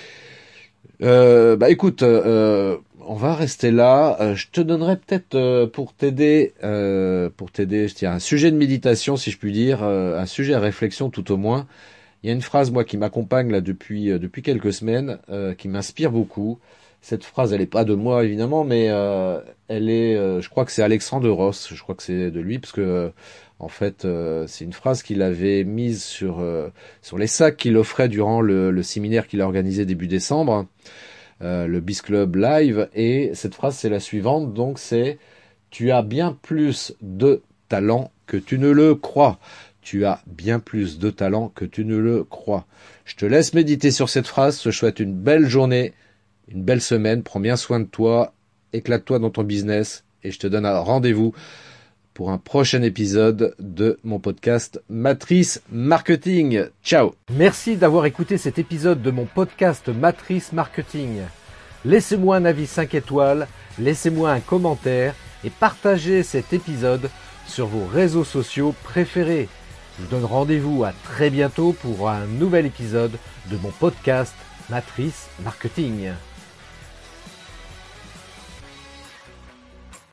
Speaker 1: Euh, bah écoute, euh, on va rester là. Euh, je te donnerai peut-être euh, pour t'aider, euh, pour t'aider, je tiens, un sujet de méditation si je puis dire, euh, un sujet à réflexion tout au moins. Il y a une phrase, moi, qui m'accompagne là depuis euh, depuis quelques semaines, euh, qui m'inspire beaucoup. Cette phrase, elle est pas de moi évidemment, mais euh, elle est, euh, je crois que c'est Alexandre Ross. Je crois que c'est de lui, parce que euh, en fait, euh, c'est une phrase qu'il avait mise sur euh, sur les sacs qu'il offrait durant le, le séminaire qu'il a organisé début décembre, euh, le Biz Club Live. Et cette phrase, c'est la suivante. Donc, c'est: tu as bien plus de talent que tu ne le crois. Tu as bien plus de talent que tu ne le crois. Je te laisse méditer sur cette phrase. Je te souhaite une belle journée, une belle semaine. Prends bien soin de toi. Éclate-toi dans ton business. Et je te donne un rendez-vous pour un prochain épisode de mon podcast Matrice Marketing. Ciao. Merci d'avoir écouté cet épisode de mon podcast Matrice Marketing. Laissez-moi un avis cinq étoiles. Laissez-moi un commentaire et partagez cet épisode sur vos réseaux sociaux préférés. Je vous donne rendez-vous à très bientôt pour un nouvel épisode de mon podcast Matrice Marketing.